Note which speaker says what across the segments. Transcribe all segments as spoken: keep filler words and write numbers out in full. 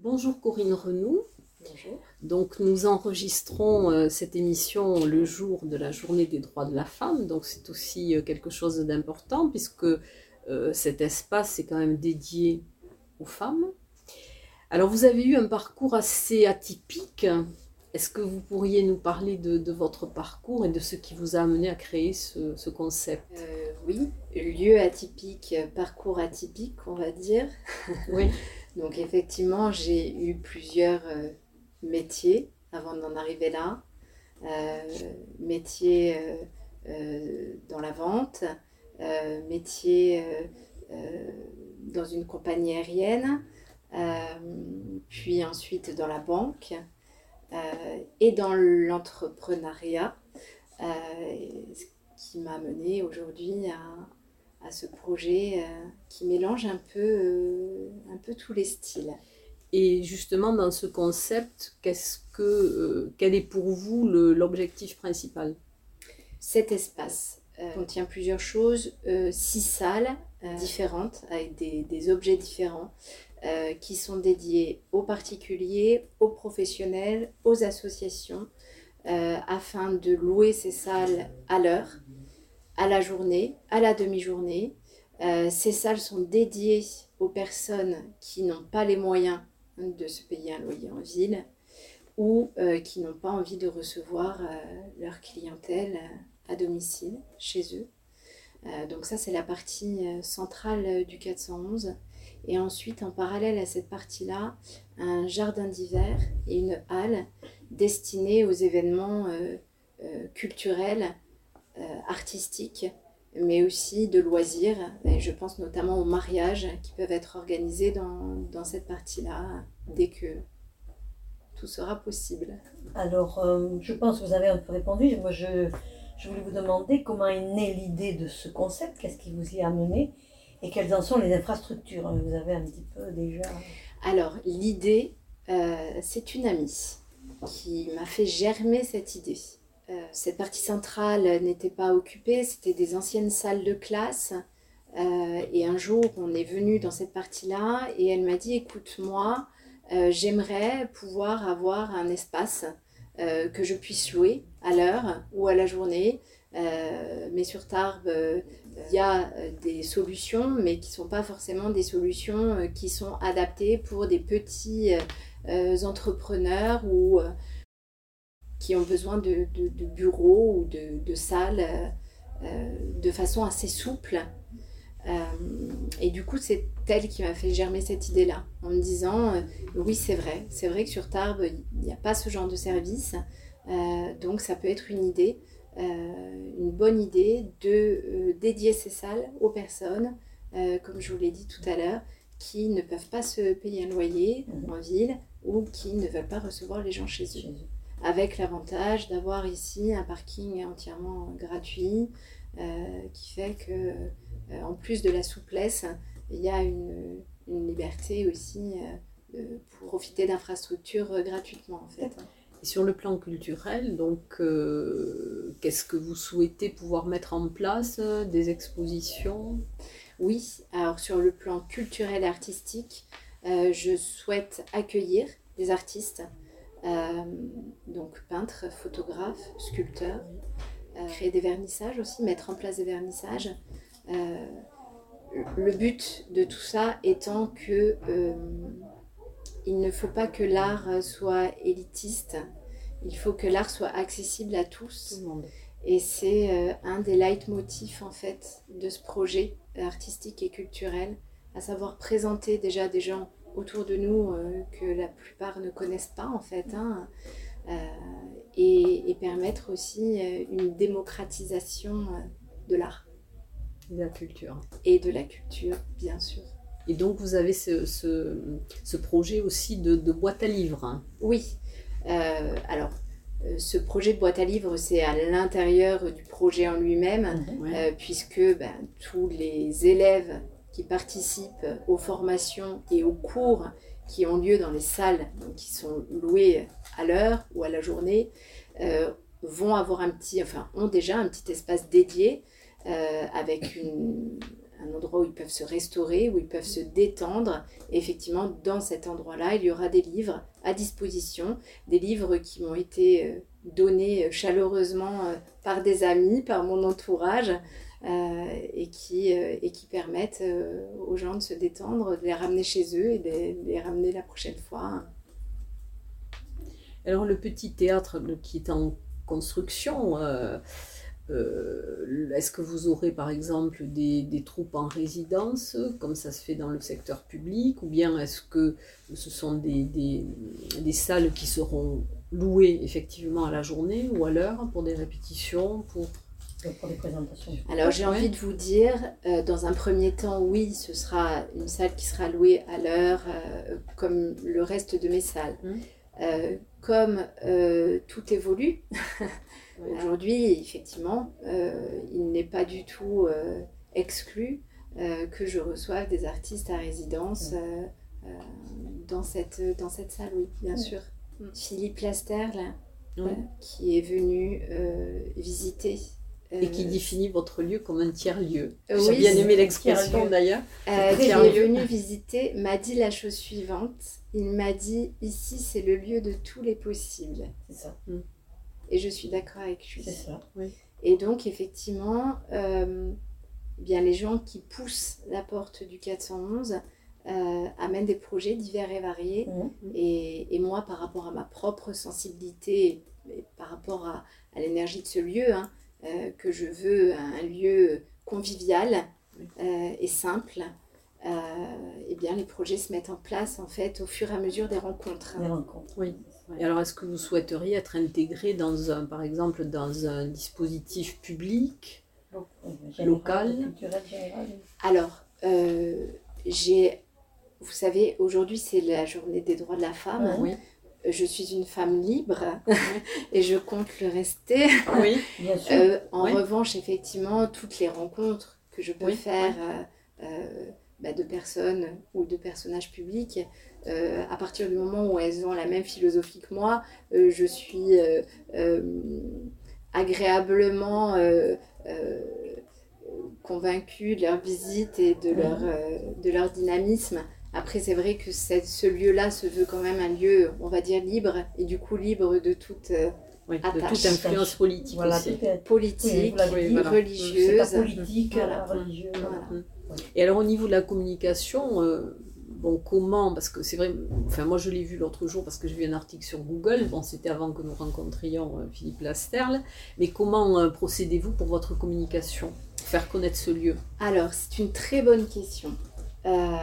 Speaker 1: Bonjour Corinne Renoux.
Speaker 2: Bonjour.
Speaker 1: Donc nous enregistrons euh, cette émission le jour de la journée des droits de la femme, donc c'est aussi euh, quelque chose d'important puisque euh, cet espace est quand même dédié aux femmes. Alors vous avez eu un parcours assez atypique. Est-ce que vous pourriez nous parler de, de votre parcours et de ce qui vous a amené à créer ce, ce concept?
Speaker 2: Euh, oui, lieu atypique, parcours atypique, on va dire.
Speaker 1: Oui.
Speaker 2: Donc effectivement, j'ai eu plusieurs euh, métiers avant d'en arriver là. Euh, métier euh, euh, dans la vente, euh, métier euh, euh, dans une compagnie aérienne, euh, puis ensuite dans la banque euh, et dans l'entrepreneuriat. Euh, ce qui m'a mené aujourd'hui à, à ce projet euh, qui mélange un peu, euh, un peu tous les styles.
Speaker 1: Et justement, dans ce concept, qu'est-ce que, euh, quel est pour vous le, l'objectif principal?
Speaker 2: Cet espace euh, contient plusieurs choses, euh, six salles euh, différentes, avec des, des objets différents, euh, qui sont dédiés aux particuliers, aux professionnels, aux associations, euh, afin de louer ces salles à l'heure, à la journée, à la demi-journée. Euh, ces salles sont dédiées aux personnes qui n'ont pas les moyens de se payer un loyer en ville ou euh, qui n'ont pas envie de recevoir euh, leur clientèle à domicile, chez eux. Euh, donc ça, c'est la partie euh, centrale du quatre cent onze. Et ensuite, en parallèle à cette partie-là, un jardin d'hiver et une halle destinée aux événements euh, euh, culturels, euh, artistiques, mais aussi de loisirs. Et je pense notamment aux mariages qui peuvent être organisés dans, dans cette partie-là dès que tout sera possible.
Speaker 3: Alors, euh, je pense que vous avez un peu répondu. Moi, je, je voulais vous demander comment est née l'idée de ce concept, qu'est-ce qui vous y a amené et quelles en sont les infrastructures. Vous avez un petit peu déjà...
Speaker 2: Alors, l'idée, euh, c'est une amie qui m'a fait germer cette idée. Euh, cette partie centrale n'était pas occupée, c'était des anciennes salles de classe. Euh, et un jour, on est venu dans cette partie-là et elle m'a dit, écoute, moi, euh, j'aimerais pouvoir avoir un espace euh, que je puisse louer à l'heure ou à la journée. Euh, mais sur Tarbes, euh, il y a des solutions, mais qui ne sont pas forcément des solutions euh, qui sont adaptées pour des petits euh, entrepreneurs ou euh, qui ont besoin de, de, de bureaux ou de, de salles euh, de façon assez souple. Euh, et du coup, c'est elle qui m'a fait germer cette idée-là, en me disant, euh, oui, c'est vrai, c'est vrai que sur Tarbes, il n'y a pas ce genre de service, euh, donc ça peut être une idée, euh, une bonne idée de euh, dédier ces salles aux personnes, euh, comme je vous l'ai dit tout à l'heure, qui ne peuvent pas se payer un loyer en ville ou qui ne veulent pas recevoir les gens chez eux. Avec l'avantage d'avoir ici un parking entièrement gratuit, euh, qui fait que, euh, en plus de la souplesse, il y a une, une liberté aussi euh, pour profiter d'infrastructures euh, gratuitement en fait.
Speaker 1: Et sur le plan culturel, donc, euh, qu'est-ce que vous souhaitez pouvoir mettre en place? Des expositions?
Speaker 2: Oui, alors sur le plan culturel et artistique, euh, je souhaite accueillir des artistes, euh, donc peintres, photographes, sculpteurs, euh, créer des vernissages aussi, mettre en place des vernissages. Euh, le but de tout ça étant que euh, il ne faut pas que l'art soit élitiste, il faut que l'art soit accessible à tous.
Speaker 1: Tout le monde.
Speaker 2: Et c'est euh, un des leitmotifs en fait de ce projet artistique et culturel, à savoir présenter déjà des gens autour de nous euh, que la plupart ne connaissent pas en fait, hein, euh, et, et permettre aussi euh, une démocratisation euh, de l'art.
Speaker 1: De la culture.
Speaker 2: Et de la culture, bien sûr.
Speaker 1: Et donc vous avez ce, ce, ce projet aussi de, de boîte à livres. Hein.
Speaker 2: Oui, euh, alors ce projet de boîte à livres, c'est à l'intérieur du projet en lui-même,
Speaker 1: Ouais.
Speaker 2: euh, puisque ben, tous les élèves qui participent aux formations et aux cours qui ont lieu dans les salles, donc qui sont louées à l'heure ou à la journée, euh, vont avoir un petit, enfin ont déjà un petit espace dédié euh, avec une, un endroit où ils peuvent se restaurer, où ils peuvent se détendre. Et effectivement, dans cet endroit-là, il y aura des livres à disposition, des livres qui m'ont été euh, donnés chaleureusement euh, par des amis, par mon entourage, euh, et, qui, euh, et qui permettent euh, aux gens de se détendre, de les ramener chez eux et de, de les ramener la prochaine fois.
Speaker 1: Alors le petit théâtre qui est en construction, euh, euh, est-ce que vous aurez par exemple des, des troupes en résidence, comme ça se fait dans le secteur public, ou bien est-ce que ce sont des, des, des salles qui seront louées effectivement à la journée ou à l'heure pour des répétitions, pour...
Speaker 3: pour des présentations?
Speaker 2: Alors j'ai
Speaker 1: Ouais.
Speaker 2: envie de vous dire, euh, dans un premier temps, oui, ce sera une salle qui sera louée à l'heure, euh, comme le reste de mes salles.
Speaker 1: Mmh.
Speaker 2: Euh, comme euh, tout évolue,
Speaker 1: Ouais.
Speaker 2: aujourd'hui, effectivement, euh, il n'est pas du tout euh, exclu euh, que je reçoive des artistes à résidence euh, euh, dans, cette, dans cette salle, oui, bien
Speaker 3: Ouais.
Speaker 2: sûr. Philippe Lasterle,
Speaker 1: Oui.
Speaker 2: euh, qui est venu euh, visiter. euh,
Speaker 1: Et qui définit votre lieu comme un tiers-lieu.
Speaker 2: Euh,
Speaker 1: J'ai
Speaker 2: oui,
Speaker 1: bien
Speaker 2: c'est
Speaker 1: aimé
Speaker 3: un
Speaker 1: l'expression
Speaker 3: tiers-lieu.
Speaker 1: d'ailleurs.
Speaker 2: Euh,
Speaker 1: C'est
Speaker 2: qui
Speaker 1: très
Speaker 2: est
Speaker 1: bien.
Speaker 2: venu visiter, m'a dit la chose suivante. Il m'a dit, ici c'est le lieu de tous les possibles.
Speaker 3: C'est ça.
Speaker 2: Et je suis d'accord avec lui.
Speaker 3: C'est ça.
Speaker 2: Et donc effectivement, euh, bien, les gens qui poussent la porte du quatre cent onze euh, amènent des projets divers et variés.
Speaker 3: Mmh.
Speaker 2: Et, et moi, par rapport à ma propre sensibilité, et par rapport à, à l'énergie de ce lieu, hein, euh, que je veux un lieu convivial euh, et simple, euh, et bien les projets se mettent en place en fait au fur et à mesure des rencontres.
Speaker 3: Des rencontres.
Speaker 1: Oui. Et alors, est-ce que vous souhaiteriez être intégré dans un, par exemple, dans un dispositif public,
Speaker 3: Donc, oui, général,
Speaker 1: local?
Speaker 3: culturel, général.
Speaker 2: Alors, euh, j'ai, vous savez, aujourd'hui c'est la journée des droits de la femme.
Speaker 1: Oui.
Speaker 2: Je suis une femme libre et je compte le rester.
Speaker 1: Oui.
Speaker 3: Bien sûr.
Speaker 2: Euh, en
Speaker 1: Oui.
Speaker 2: revanche, effectivement, toutes les rencontres que je peux
Speaker 1: Oui,
Speaker 2: faire euh, euh, bah, de personnes ou de personnages publics, euh, à partir du moment où elles ont la même philosophie que moi, euh, je suis euh, euh, agréablement euh, euh, convaincue de leur visite et de leur, euh, de leur dynamisme. Après, c'est vrai que cette- ce lieu-là se veut quand même un lieu, on va dire, libre, et du coup libre de toute euh,
Speaker 1: Oui, de
Speaker 2: Attache.
Speaker 1: toute influence politique
Speaker 3: Voilà,
Speaker 1: aussi.
Speaker 3: tout est.
Speaker 2: politique,
Speaker 3: Oui, vous l'avez
Speaker 1: dit, voilà.
Speaker 3: C'est
Speaker 2: religieuse.
Speaker 3: pas politique,
Speaker 2: Voilà.
Speaker 3: religieux.
Speaker 2: Voilà.
Speaker 1: Et alors au niveau de la communication, euh, bon comment, parce que c'est vrai, enfin moi je l'ai vu l'autre jour parce que j'ai vu un article sur Google, bon c'était avant que nous rencontrions euh, Philippe Lasterle, mais comment euh, procédez-vous pour votre communication, pour faire connaître ce lieu?
Speaker 2: Alors, c'est une très bonne question. Euh,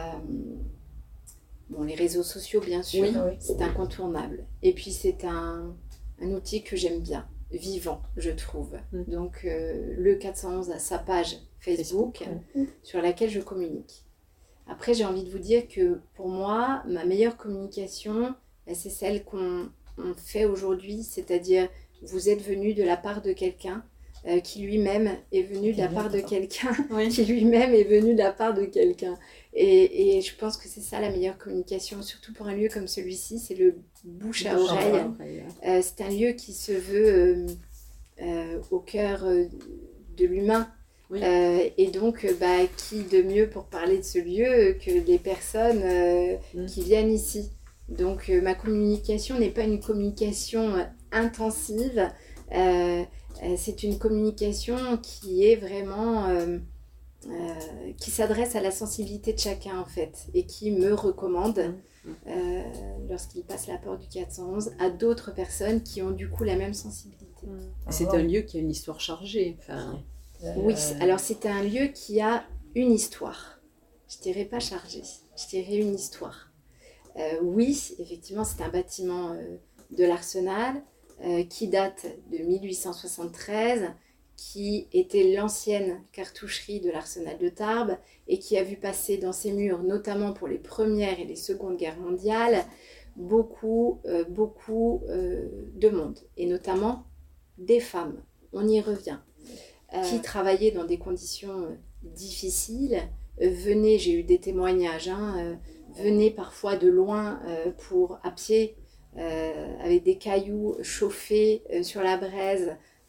Speaker 2: bon, les réseaux sociaux, bien sûr,
Speaker 1: Oui.
Speaker 3: Oui.
Speaker 2: c'est incontournable. Et puis, c'est un, un outil que j'aime bien, vivant, je trouve.
Speaker 1: Mm.
Speaker 2: Donc, euh, le quatre cent onze a sa page Facebook,
Speaker 1: Facebook,
Speaker 3: ouais.
Speaker 2: sur laquelle je communique. Après, j'ai envie de vous dire que pour moi, ma meilleure communication, ben, c'est celle qu'on on fait aujourd'hui, c'est-à-dire vous êtes venu de la part de quelqu'un euh, qui lui-même est venu de la part de quelqu'un
Speaker 1: Oui.
Speaker 2: qui lui-même est venu de la part de quelqu'un. Et, et je pense que c'est ça la meilleure communication, surtout pour un lieu comme celui-ci, c'est le bouche à oreille. Euh, c'est un lieu qui se veut euh, euh, au cœur euh, de l'humain.
Speaker 1: Oui.
Speaker 2: Euh, et donc, euh, bah, qui de mieux pour parler de ce lieu que les personnes euh,
Speaker 1: Mm.
Speaker 2: qui viennent ici. Donc, euh, ma communication n'est pas une communication euh, intensive, euh, euh, c'est une communication qui est vraiment... euh, euh, qui s'adresse à la sensibilité de chacun en fait et qui me recommande euh, lorsqu'il passe la porte du quatre cent onze à d'autres personnes qui ont du coup la même sensibilité.
Speaker 1: C'est un lieu qui a une histoire chargée. Enfin,
Speaker 3: Euh,
Speaker 2: Oui, alors c'est un lieu qui a une histoire. Je dirais pas chargé, je dirais une histoire. Euh, oui, effectivement, c'est un bâtiment euh, de l'Arsenal euh, qui date de mille huit cent soixante-treize, qui était l'ancienne cartoucherie de l'Arsenal de Tarbes et qui a vu passer dans ses murs, notamment pour les premières et les secondes guerres mondiales, beaucoup, euh, beaucoup euh, de monde, et notamment des femmes. On y revient. Euh, qui travaillaient dans des conditions euh, difficiles, euh, venaient, j'ai eu des témoignages, hein, euh, venaient parfois de loin euh, pour, à pied, euh, avec des cailloux chauffés euh, sur la braise,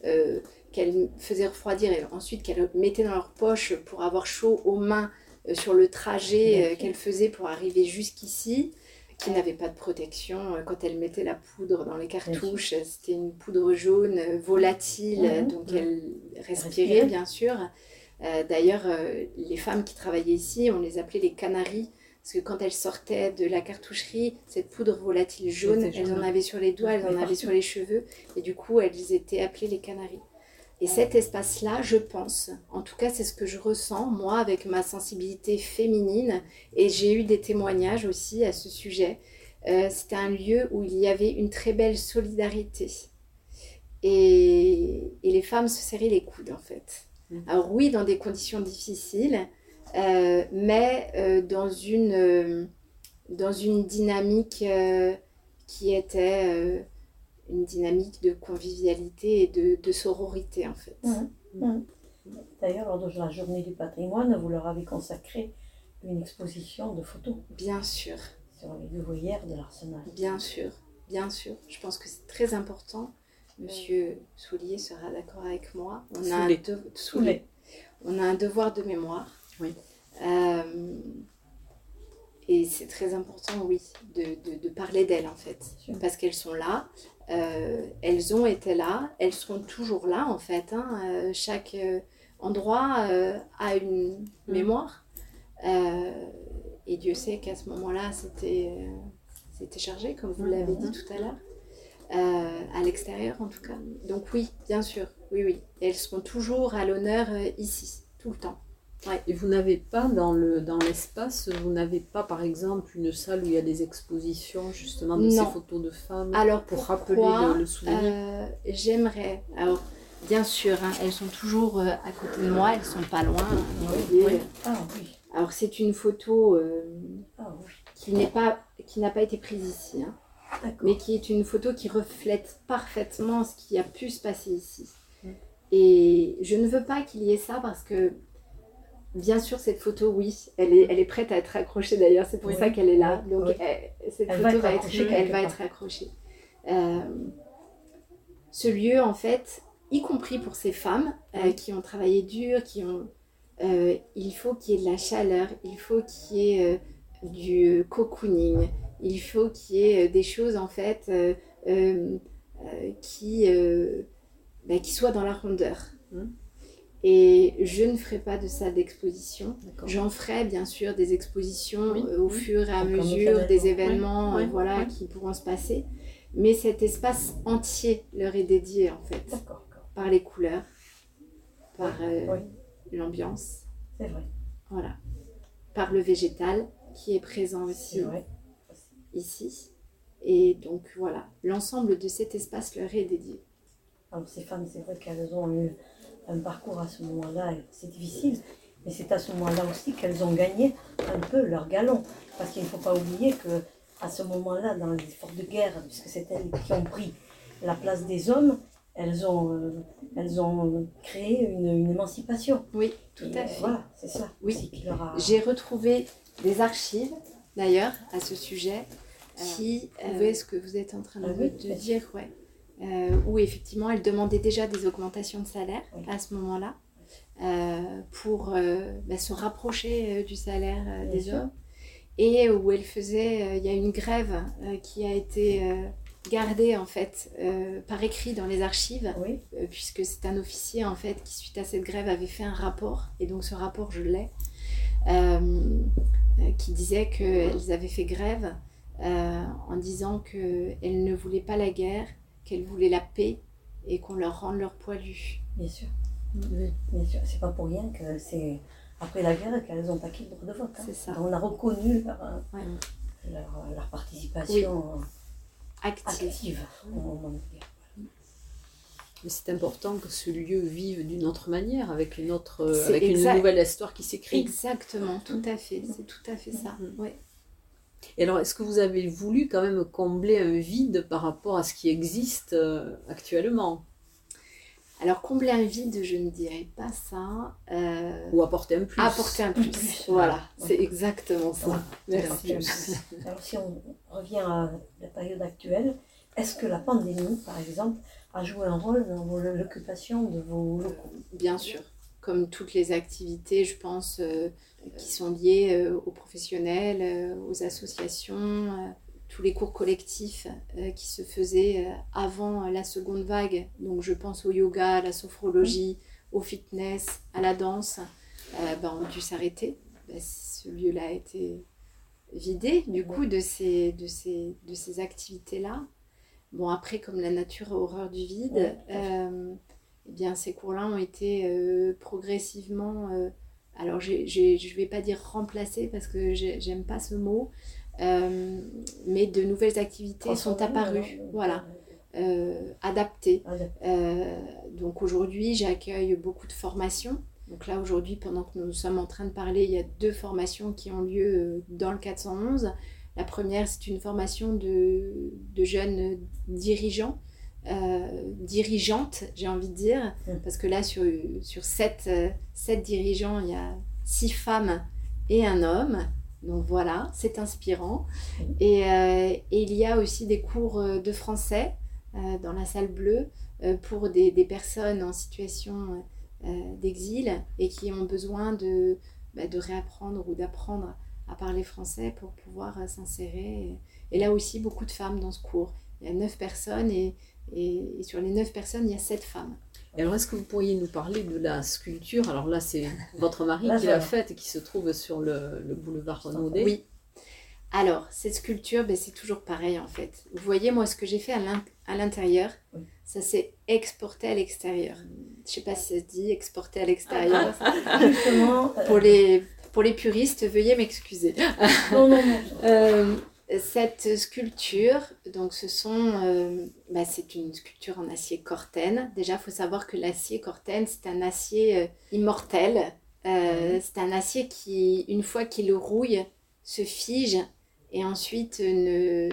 Speaker 2: euh, qu'elle faisait refroidir et ensuite qu'elle mettait dans leur poche pour avoir chaud aux mains euh, sur le trajet euh, qu'elle faisait pour arriver jusqu'ici, qui n'avait pas de protection. Quand elle mettait la poudre dans les cartouches, c'était une poudre jaune volatile, mmh, donc mmh. elle respirait, respirait bien sûr. Euh, d'ailleurs, euh, les femmes qui travaillaient ici, on les appelait les canaries, parce que quand elles sortaient de la cartoucherie, cette poudre volatile jaune, elles en avaient sur les doigts, elles en avaient sur les cheveux, et du coup, elles étaient appelées les canaries. Et cet espace-là, je pense, en tout cas c'est ce que je ressens, moi, avec ma sensibilité féminine, et j'ai eu des témoignages aussi à ce sujet, euh, c'était un lieu où il y avait une très belle solidarité. Et, et les femmes se serraient les coudes, en fait. Alors oui, dans des conditions difficiles, euh, mais euh, dans, une, euh, dans une dynamique euh, qui était... Euh, une dynamique de convivialité et de, de sororité en fait.
Speaker 3: Mmh. Mmh. D'ailleurs, lors de la journée du patrimoine, vous leur avez consacré une exposition de photos.
Speaker 2: Bien sûr.
Speaker 3: Sur les deux voyères de l'Arsenal.
Speaker 2: Bien sûr, bien sûr. Je pense que c'est très important. Monsieur Soulier sera d'accord avec moi. On a, un de... Soulier. On a un devoir de mémoire.
Speaker 1: Oui.
Speaker 2: Euh... Et c'est très important, oui, de, de, de parler d'elles en fait. Parce qu'elles sont là. Euh, elles ont été là, elles seront toujours là en fait. Hein. Euh, chaque euh, endroit euh, a une mmh. mémoire. Euh, et Dieu sait qu'à ce moment-là, c'était, euh, c'était chargé, comme vous mmh. l'avez dit tout à l'heure. Euh, à l'extérieur en tout cas. Donc oui, bien sûr, oui, oui. Et elles seront toujours à l'honneur euh, ici, tout le temps.
Speaker 1: Ouais. Et vous n'avez pas dans, le, dans l'espace, vous n'avez pas par exemple une salle où il y a des expositions justement de
Speaker 2: non.
Speaker 1: ces photos de femmes.
Speaker 2: Alors
Speaker 1: pour
Speaker 2: pourquoi,
Speaker 1: rappeler le, le souvenir
Speaker 2: euh, j'aimerais, alors bien sûr, hein, elles sont toujours euh, à côté de moi, elles sont pas loin. Hein,
Speaker 3: oui, oui. Ah, oui.
Speaker 2: Alors c'est une photo euh,
Speaker 3: ah, oui.
Speaker 2: qui, n'est pas, qui n'a pas été prise ici, hein, mais qui est une photo qui reflète parfaitement ce qui a pu se passer ici. Mm. Et je ne veux pas qu'il y ait ça parce que bien sûr, cette photo, oui, elle est, elle est prête à être accrochée d'ailleurs, c'est pour oui, ça qu'elle est là. Donc, oui. elle, cette
Speaker 3: elle
Speaker 2: photo
Speaker 3: va être accrochée.
Speaker 2: Elle va être accrochée. Euh, ce lieu, en fait, y compris pour ces femmes euh, qui ont travaillé dur, qui ont, euh, il faut qu'il y ait de la chaleur, il faut qu'il y ait euh, du cocooning, il faut qu'il y ait des choses, en fait, euh, euh, euh, qui, euh, bah, qui soient dans la rondeur. Mmh. Et je ne ferai pas de salle d'exposition. D'accord. J'en ferai bien sûr des expositions oui, euh, au oui. fur et à Comme mesure, des événements oui, euh, oui, voilà, oui. qui pourront se passer. Mais cet espace entier leur est dédié en fait.
Speaker 3: D'accord.
Speaker 2: Par les couleurs, par euh,
Speaker 3: oui.
Speaker 2: l'ambiance.
Speaker 3: C'est vrai.
Speaker 2: Voilà. Par le végétal qui est présent aussi
Speaker 3: C'est vrai.
Speaker 2: ici. Et donc voilà, l'ensemble de cet espace leur est dédié.
Speaker 3: Alors ces femmes, c'est vrai qu'elles ont eu un parcours à ce moment-là, c'est difficile, mais c'est à ce moment-là aussi qu'elles ont gagné un peu leur galon. Parce qu'il ne faut pas oublier qu'à ce moment-là, dans les efforts de guerre, puisque c'est elles qui ont pris la place des hommes, elles ont, euh, elles ont créé une, une émancipation.
Speaker 2: Oui, tout
Speaker 3: Et
Speaker 2: à fait.
Speaker 3: Voilà, c'est ça.
Speaker 2: Oui.
Speaker 3: C'est qui leur a...
Speaker 2: J'ai retrouvé des archives, d'ailleurs, à ce sujet, qui prouvaient euh, ce que vous êtes en train de, ah, oui, de dire, ouais. Euh, où effectivement elle demandait déjà des augmentations de salaire oui. à ce moment-là euh, pour euh, bah, se rapprocher euh, du salaire euh, des sûr. hommes et où elle faisait, euh, il y a une grève euh, qui a été euh, gardée en fait euh, par écrit dans les archives
Speaker 3: oui.
Speaker 2: euh, puisque c'est un officier en fait qui suite à cette grève avait fait un rapport et donc ce rapport je l'ai euh, euh, qui disait qu'elles avaient fait grève euh, en disant qu'elles ne voulaient pas la guerre, qu'elles voulaient la paix et qu'on leur rende leur poilu.
Speaker 3: Bien sûr. Mmh. Bien sûr. C'est pas pour rien que c'est après la guerre qu'elles ont acquis le droit de vote. Hein.
Speaker 2: C'est ça.
Speaker 3: On a reconnu leur,
Speaker 2: ouais.
Speaker 3: leur, leur participation
Speaker 2: oui. active.
Speaker 3: active
Speaker 2: mmh.
Speaker 3: au moment de la guerre.
Speaker 1: Mais c'est important que ce lieu vive d'une autre manière, avec une autre,
Speaker 2: c'est
Speaker 1: avec
Speaker 2: exact.
Speaker 1: une nouvelle histoire qui s'écrit.
Speaker 2: Exactement, tout à fait. C'est tout à fait ça.
Speaker 1: Mmh.
Speaker 2: Ouais.
Speaker 1: Et alors, est-ce que vous avez voulu quand même combler un vide par rapport à ce qui existe euh, actuellement ?
Speaker 2: Alors, combler un vide, je ne dirais pas ça. Euh...
Speaker 1: Ou apporter un plus.
Speaker 2: Apporter un plus, plus. Voilà, ouais. C'est exactement ça.
Speaker 3: Ouais.
Speaker 2: Merci.
Speaker 3: Alors, si on revient à la période actuelle, Est-ce que la pandémie, par exemple, a joué un rôle dans l'occupation de vos locaux?
Speaker 2: Bien sûr, comme toutes les activités, je pense, euh, qui sont liées euh, aux professionnels, euh, aux associations, euh, tous les cours collectifs euh, qui se faisaient euh, avant la seconde vague. Donc je pense au yoga, à la sophrologie, au fitness, à la danse, euh, ben, ont dû s'arrêter. Ben, ce lieu-là a été vidé du coup de ces, de ces, de ces activités-là. Bon, après, comme la nature a horreur du vide,
Speaker 3: Ouais.
Speaker 2: euh, eh bien, ces cours-là ont été euh, progressivement, euh, alors j'ai, j'ai, je ne vais pas dire remplacés parce que j'ai, j'aime pas ce mot, euh, mais de nouvelles activités sont apparues, voilà, euh, adaptées. Euh, donc aujourd'hui, j'accueille beaucoup de formations. Donc là, aujourd'hui, pendant que nous sommes en train de parler, il y a deux formations qui ont lieu dans le quatre cent onze. La première, c'est une formation de, de jeunes dirigeants, euh, dirigeantes, j'ai envie de dire, parce que là, sur, sur sept, sept dirigeants, il y a six femmes et un homme. Donc voilà, c'est inspirant. Et, euh, et il y a aussi des cours de français euh, dans la salle bleue euh, pour des, des personnes en situation euh, d'exil et qui ont besoin de, bah, de réapprendre ou d'apprendre à parler français pour pouvoir euh, s'insérer. Et, et là aussi, beaucoup de femmes dans ce cours. Il y a neuf personnes et, et, et sur les neuf personnes, il y a sept femmes.
Speaker 1: Et alors, est-ce que vous pourriez nous parler de la sculpture? Alors là, c'est votre mari
Speaker 3: Là,
Speaker 1: qui
Speaker 3: voilà.
Speaker 1: l'a faite et qui se trouve sur le, le boulevard Renaudet.
Speaker 2: Oui. Alors, cette sculpture, ben, c'est toujours pareil en fait. Vous voyez, moi, ce que j'ai fait à, l'in- à l'intérieur,
Speaker 3: Oui.
Speaker 2: ça s'est exporté à l'extérieur. Je ne sais pas si ça se dit exporté à l'extérieur.
Speaker 3: Justement, euh,
Speaker 2: Pour les, pour les puristes, veuillez m'excuser.
Speaker 3: non, non, non.
Speaker 2: Euh, cette sculpture, donc ce sont, euh, bah, c'est une sculpture en acier Corten. Déjà, il faut savoir que l'acier Corten, c'est un acier euh, immortel. Euh, c'est un acier qui, une fois qu'il rouille, se fige et ensuite ne,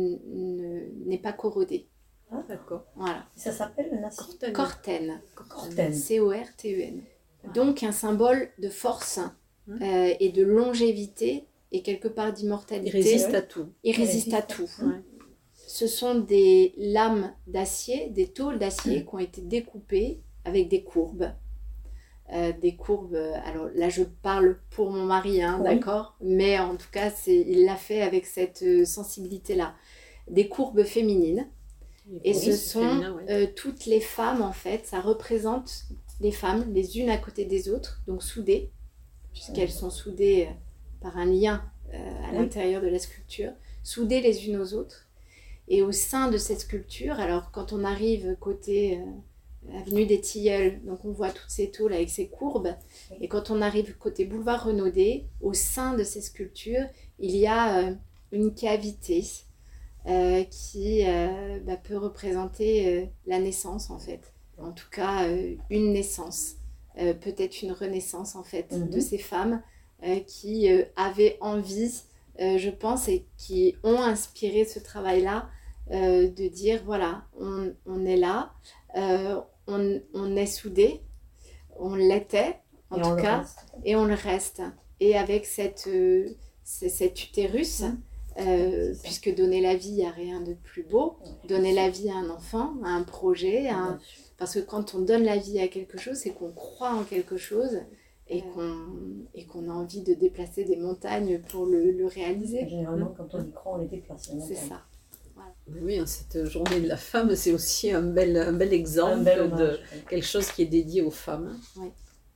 Speaker 2: ne- n'est pas corrodé.
Speaker 3: Ah,
Speaker 1: D'accord.
Speaker 2: Voilà.
Speaker 3: ça s'appelle un acier
Speaker 1: Corten.
Speaker 2: Corten.
Speaker 3: Corten.
Speaker 2: C O R T E N. Donc un symbole de force
Speaker 1: Hum.
Speaker 2: euh, et de longévité et quelque part
Speaker 1: Il
Speaker 2: d'immortalité.
Speaker 1: résiste à tout.
Speaker 2: Il résiste à
Speaker 3: résiste à
Speaker 2: tout.
Speaker 3: tout.
Speaker 1: Ouais.
Speaker 2: Ce sont des lames d'acier, des tôles d'acier qui ont été découpées avec des courbes. Euh, des courbes, euh, alors là je parle pour mon mari, hein,
Speaker 3: Oui.
Speaker 2: d'accord, mais en tout cas c'est, il l'a fait avec cette euh, sensibilité-là. Des courbes féminines. Et
Speaker 1: Oui,
Speaker 2: ce
Speaker 1: c'est
Speaker 2: sont
Speaker 1: féminin, ouais.
Speaker 2: euh, toutes les femmes, en fait, ça représente les femmes les unes à côté des autres, donc soudées, puisqu'elles sont soudées euh, par un lien euh, à
Speaker 3: Oui.
Speaker 2: l'intérieur de la sculpture, soudées les unes aux autres. Et au sein de cette sculpture, alors quand on arrive côté euh, avenue des Tilleuls, donc on voit toutes ces tôles avec ces courbes,
Speaker 3: Oui.
Speaker 2: et quand on arrive côté boulevard Renaudet, au sein de ces sculptures, il y a euh, une cavité euh, qui euh, bah, peut représenter euh, la naissance en fait. En tout cas, euh, une naissance, euh, peut-être une renaissance en fait
Speaker 3: Mhm.
Speaker 2: de ces femmes euh, qui euh, avaient envie, euh, je pense, et qui ont inspiré ce travail-là, euh, de dire voilà, on, on est là, euh, on, on est soudés, on l'était en
Speaker 3: Et
Speaker 2: tout
Speaker 3: on le
Speaker 2: cas,
Speaker 3: reste.
Speaker 2: et on le reste. Et avec cette, euh, c- cet utérus,
Speaker 3: Mhm.
Speaker 2: euh,
Speaker 3: C'est ça.
Speaker 2: puisque donner la vie, il n'y a rien de plus beau. Donner la vie à un enfant, à un projet, à un-
Speaker 3: Bien sûr.
Speaker 2: parce que quand on donne la vie à quelque chose, c'est qu'on croit en quelque chose et qu'on, et qu'on a envie de déplacer des montagnes pour le, le réaliser.
Speaker 3: Généralement, quand on y croit, on les déplace.
Speaker 2: C'est ça.
Speaker 1: Oui, hein, cette journée de la femme, c'est aussi un bel, un bel exemple
Speaker 3: Un bel
Speaker 1: de
Speaker 3: hommage.
Speaker 1: quelque chose qui est dédié aux femmes.
Speaker 2: Oui.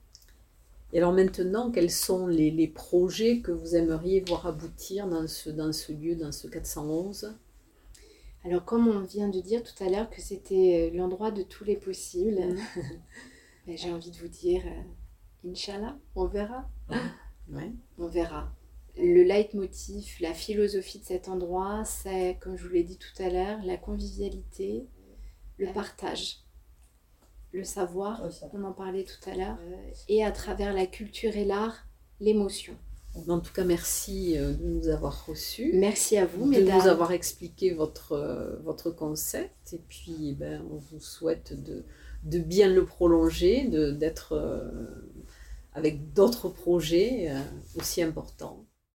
Speaker 1: Et alors maintenant, quels sont les, les projets que vous aimeriez voir aboutir dans ce, dans ce lieu, dans ce quatre cent onze?
Speaker 2: Alors, comme on vient de dire tout à l'heure que c'était euh, l'endroit de tous les possibles, ben, j'ai envie de vous dire, euh, Inch'Allah, on verra.
Speaker 1: Ouais.
Speaker 2: On verra. Le leitmotiv, la philosophie de cet endroit, c'est, comme je vous l'ai dit tout à l'heure, la convivialité, le partage, le savoir,
Speaker 3: Ouais, ça.
Speaker 2: on en parlait tout à l'heure, et à travers la culture et l'art, l'émotion.
Speaker 1: En tout cas, merci euh, de nous avoir reçus,
Speaker 2: Merci à vous,
Speaker 1: de
Speaker 2: mesdames.
Speaker 1: nous avoir expliqué votre, euh, votre concept. Et puis, eh ben, on vous souhaite de, de bien le prolonger, de, d'être euh, avec d'autres projets euh, aussi importants.